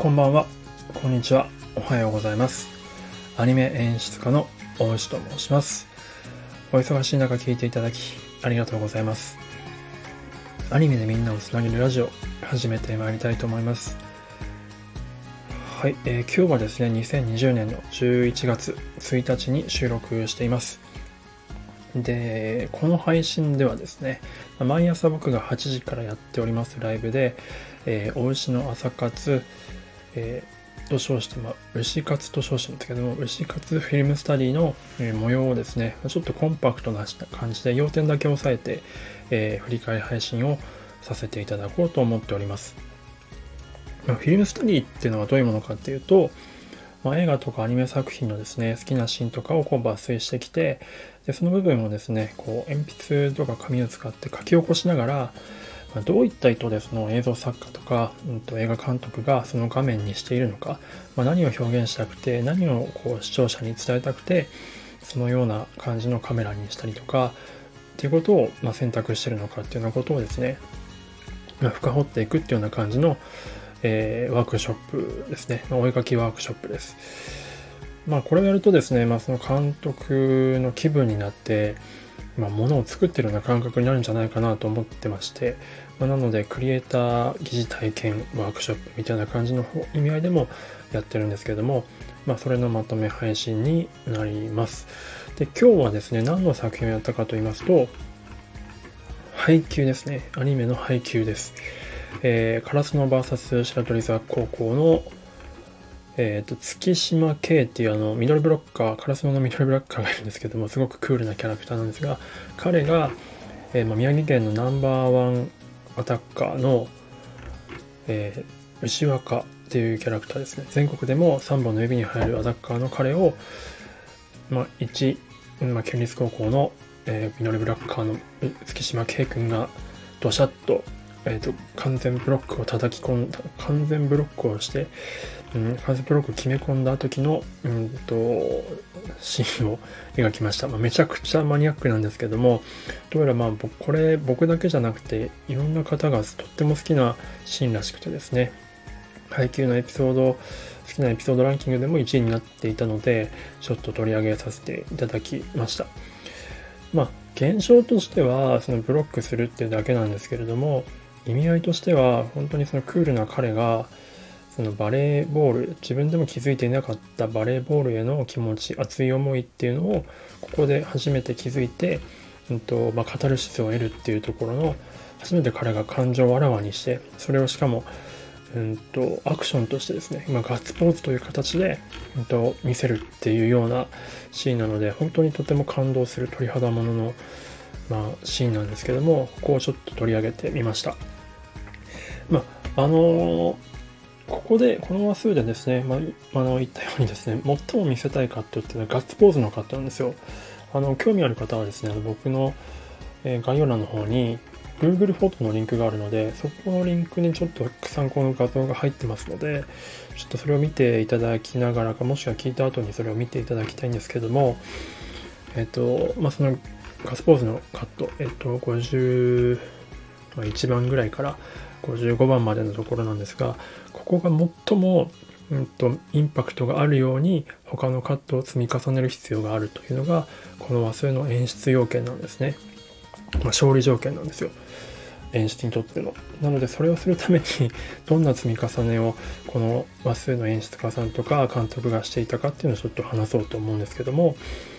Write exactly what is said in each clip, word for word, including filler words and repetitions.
こんばんは、こんにちは、おはようございます。アニメ演出家の大石と申します。お忙しい中聞いていただきありがとうございます。アニメでみんなをつなげるラジオ始めてまいりたいと思います。はい、えー、今日はですねにせんにじゅうねんのじゅういちがつついたちに収録しています。で、この配信ではですね、毎朝僕がはちじからやっておりますライブで、えー、お牛の朝活、えー、と称して、まあ、牛活と称してるんですけども、牛活フィルムスタディの、えー、模様をですね、ちょっとコンパクトな感じで要点だけ押さえて、えー、振り返り配信をさせていただこうと思っております。まあ、フィルムスタディっていうのはどういうものかっていうと、まあ、映画とかアニメ作品のですね、好きなシーンとかをこう抜粋してきて、でその部分をですね、こう鉛筆とか紙を使って書き起こしながら、まあ、どういった意図でその映像作家とか、うん、と映画監督がその画面にしているのか、まあ、何を表現したくて、何をこう視聴者に伝えたくて、そのような感じのカメラにしたりとか、っていうことをまあ選択しているのかっていうようなことをですね、まあ、深掘っていくっていうような感じのえー、ワークショップですね。お絵描きワークショップです。まあこれをやるとですね、まあその監督の気分になって、まあ物を作ってるような感覚になるんじゃないかなと思ってまして、まあ、なのでクリエイター疑似体験ワークショップみたいな感じの意味合いでもやってるんですけども、まあそれのまとめ配信になります。で、今日はですね、何の作品をやったかと言いますと、配給ですね。アニメの配給です。えー、カラスノ ブイエス 白鳥座高校の、えー、と月島圭っていうあのミドルブロッカー、カラスノのミドルブロッカーがいるんですけども、すごくクールなキャラクターなんですが、彼が、えーまあ、宮城県のナンバーワンアタッカーの、えー、牛若っていうキャラクターですね。全国でもさんぼんの指に入るアタッカーの彼を、まあ、いち、まあ、県立高校の、えー、ミドルブロッカーの月島圭君がドシャッとえーと、完全ブロックを叩き込んだ、完全ブロックをして、うん、完全ブロックを決め込んだ時の、うんと、シーンを描きました。まあ、めちゃくちゃマニアックなんですけども、どうやらまあ、これ僕だけじゃなくて、いろんな方がとっても好きなシーンらしくてですね、配給のエピソード、好きなエピソードランキングでもいちいになっていたので、ちょっと取り上げさせていただきました。まあ、現象としては、そのブロックするっていうだけなんですけれども、意味合いとしては本当にそのクールな彼がそのバレーボール、自分でも気づいていなかったバレーボールへの気持ち、熱い思いっていうのをここで初めて気づいて、うんとまあ、カタルシスを得るっていうところの初めて彼が感情をあらわにして、それをしかも、うんとアクションとしてですね、まあ、ガッツポーズという形で、うんと見せるっていうようなシーンなので、本当にとても感動する鳥肌もののまあ、シーンなんですけども、ここをちょっと取り上げてみました。まあ、あのー、ここで、この話数でですね、まあ、あの、言ったようにですね、最も見せたいカットっていうのはガッツポーズのカットなんですよ。あの、興味ある方はですね、僕の、えー、概要欄の方に Google フォトのリンクがあるので、そこのリンクにちょっと参考の画像が入ってますので、ちょっとそれを見ていただきながらか、もしくは聞いた後にそれを見ていただきたいんですけども、えっと、まあ、その、ガッツポーズのカット、えっと、ごじゅういちばんぐらいからごじゅうごばんまでのところなんですが、ここが最も、うんと、インパクトがあるように他のカットを積み重ねる必要があるというのが、この話数の演出要件なんですね。まあ、勝利条件なんですよ。演出にとっての。なので、それをするためにどんな積み重ねをこの話数の演出家さんとか監督がしていたかっていうのをちょっと話そうと思うんですけども、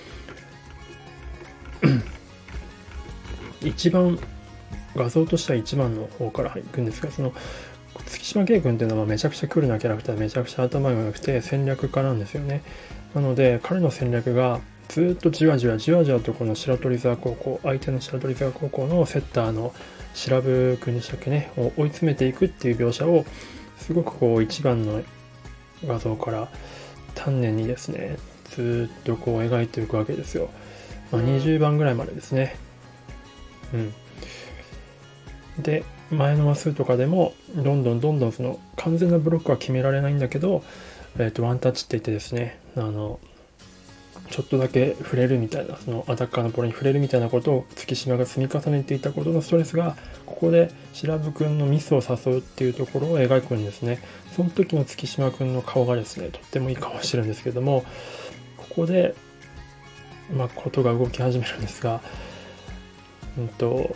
一番画像としては一番の方から行くんですが、その月島圭君っていうのはめちゃくちゃクールなキャラクターでめちゃくちゃ頭が良くて戦略家なんですよね。なので彼の戦略がずっとじわじわじわじわとこの白鳥沢高校、相手の白鳥沢高校のセッターの白ブ君でしたっけね、を追い詰めていくっていう描写をすごくこう一番の画像から丹念にですね、ずっとこう描いていくわけですよ。まあ、にじゅうばんぐらいまでですね。うん、で前の話数とかでもどんどんどんどんその完全なブロックは決められないんだけど、えー、とワンタッチって言ってですね、あのちょっとだけ触れるみたいな、そのアタッカーのボールに触れるみたいなことを月島が積み重ねていたことのストレスがここで白藪くんのミスを誘うっていうところを描くんですね。その時の月島くんの顔がですね、とってもいい顔をしてるんですけども、ここで、まあ、ことが動き始めるんですが、うんと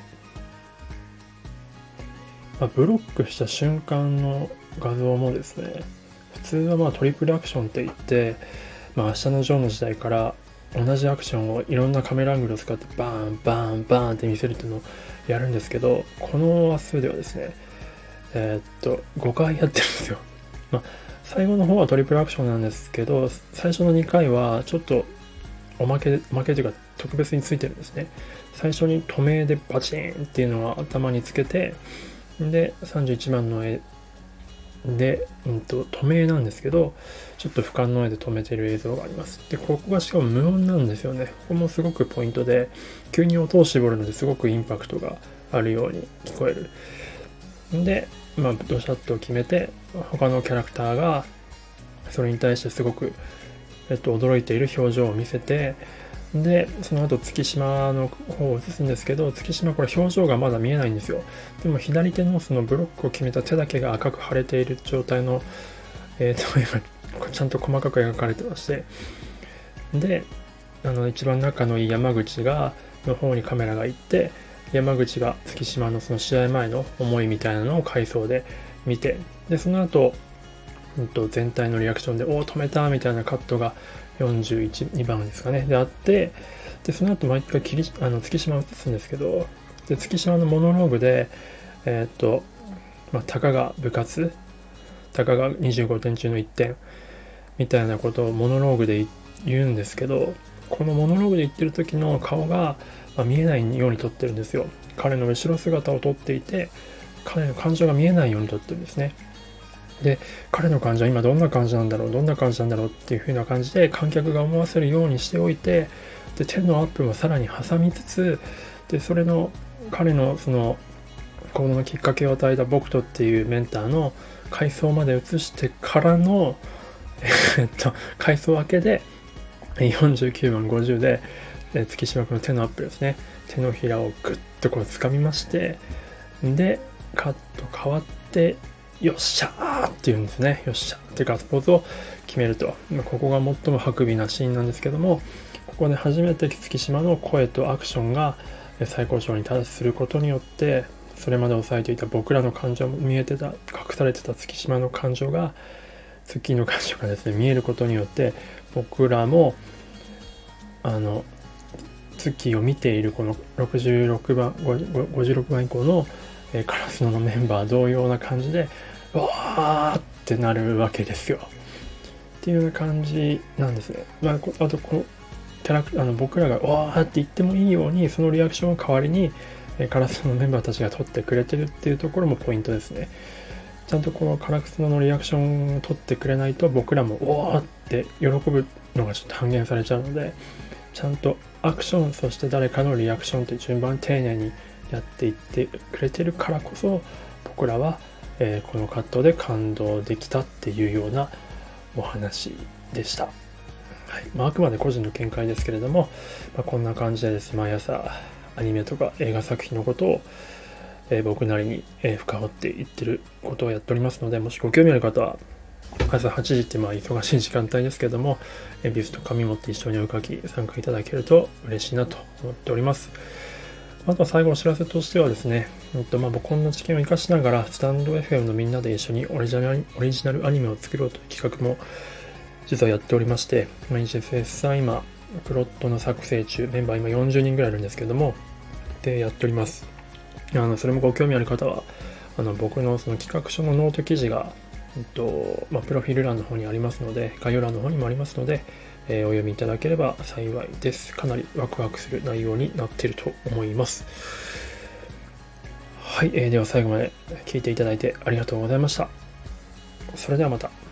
まあ、ブロックした瞬間の画像もですね、普通はまあトリプルアクションって言って、まあ、明日のジョーの時代から同じアクションをいろんなカメラアングルを使ってバーンバーンバーンって見せるっていうのをやるんですけど、この話数ではですね、えー、っとごかいやってるんですよ。まあ、最後の方はトリプルアクションなんですけど、最初のにかいはちょっとおまけおまけというか特別についてるんですね。最初に透明でバチーンっていうのを頭につけて、でさんじゅういちばんの絵で、うんと、透明なんですけど、ちょっと俯瞰の絵で止めている映像があります。で、ここがしかも無音なんですよね。ここもすごくポイントで、急に音を絞るのですごくインパクトがあるように聞こえる。で、まあ、ドシャッと決めて、他のキャラクターがそれに対してすごく、えっと、驚いている表情を見せて、で、その後月島の方を映すんですけど、月島これ表情がまだ見えないんですよ。でも左手のそのブロックを決めた手だけが赤く腫れている状態の、えー、と今ちゃんと細かく描かれてまして、で、あの一番仲のいい山口がの方にカメラが行って、山口が月島のその試合前の思いみたいなのを回想で見て、でその後、うんと全体のリアクションでおお止めたみたいなカットがよんじゅういち、にばんですかね。であって、で、その後毎回切りあの月島を映すんですけど、で月島のモノローグで、えー、っと、まあ、たかが部活、たかがにじゅうごてん中のいってん、みたいなことをモノローグで言うんですけど、このモノローグで言ってる時の顔が、まあ、見えないように撮ってるんですよ。彼の後ろ姿を撮っていて、彼の感情が見えないように撮ってるんですね。で、彼の感情は今どんな感じなんだろうどんな感じなんだろうっていう風な感じで観客が思わせるようにしておいて、で手のアップもさらに挟みつつ、でそれの彼のその行動のきっかけを与えた僕とっていうメンターの回想まで移してからのえっと回想明けでよんじゅうきゅうばんごじゅうで月島君の手のアップですね。手のひらをグッとこう掴みまして、でカット変わってよっしゃーって言うんですね。よっしゃーってガッツポーズを決めると。ここが最もハクビなシーンなんですけども、ここで初めて月島の声とアクションが最高潮に達することによって、それまで抑えていた僕らの感情も見えてた、隠されてた月島の感情が、月の感情がですね、見えることによって、僕らも、あの、月を見ているこのろくじゅうろくばん、ごじゅうろくばん以降のえー、カラスノのメンバー同様な感じでわーってなるわけですよっていう感じなんですね。まあ、あとこのキャラクあの僕らがわーって言ってもいいようにそのリアクションを代わりに、えー、カラスノのメンバーたちが取ってくれてるっていうところもポイントですね。ちゃんとこのカラスノのリアクションを取ってくれないと僕らもわーって喜ぶのがちょっと半減されちゃうので、ちゃんとアクションそして誰かのリアクションって順番丁寧にやっていってくれてるからこそ僕らは、えー、このカットで感動できたっていうようなお話でした。はい、まあ、あくまで個人の見解ですけれども、まあ、こんな感じでですね、毎朝アニメとか映画作品のことを、えー、僕なりに、えー、深掘っていってることをやっておりますので、もしご興味ある方は朝はちじってまあ忙しい時間帯ですけれども、えー、ビスと紙持って一緒にお絵かき参加いただけると嬉しいなと思っております。あとは最後お知らせとしてはですね、えっとまあ、こんな知見を生かしながらスタンド エフエム のみんなで一緒にオリジナルオリジナルアニメを作ろうという企画も実はやっておりまして、毎日絶賛今プロットの作成中、メンバー今よんじゅうにんぐらいいるんですけどもでやっております。あのそれもご興味ある方はあの僕のその企画書のノート記事が、えっとまあ、プロフィール欄の方にありますので、概要欄の方にもありますので、えー、お読みいただければ幸いです。かなりワクワクする内容になっていると思います。はい、えー、では最後まで聞いていただいてありがとうございました。それではまた。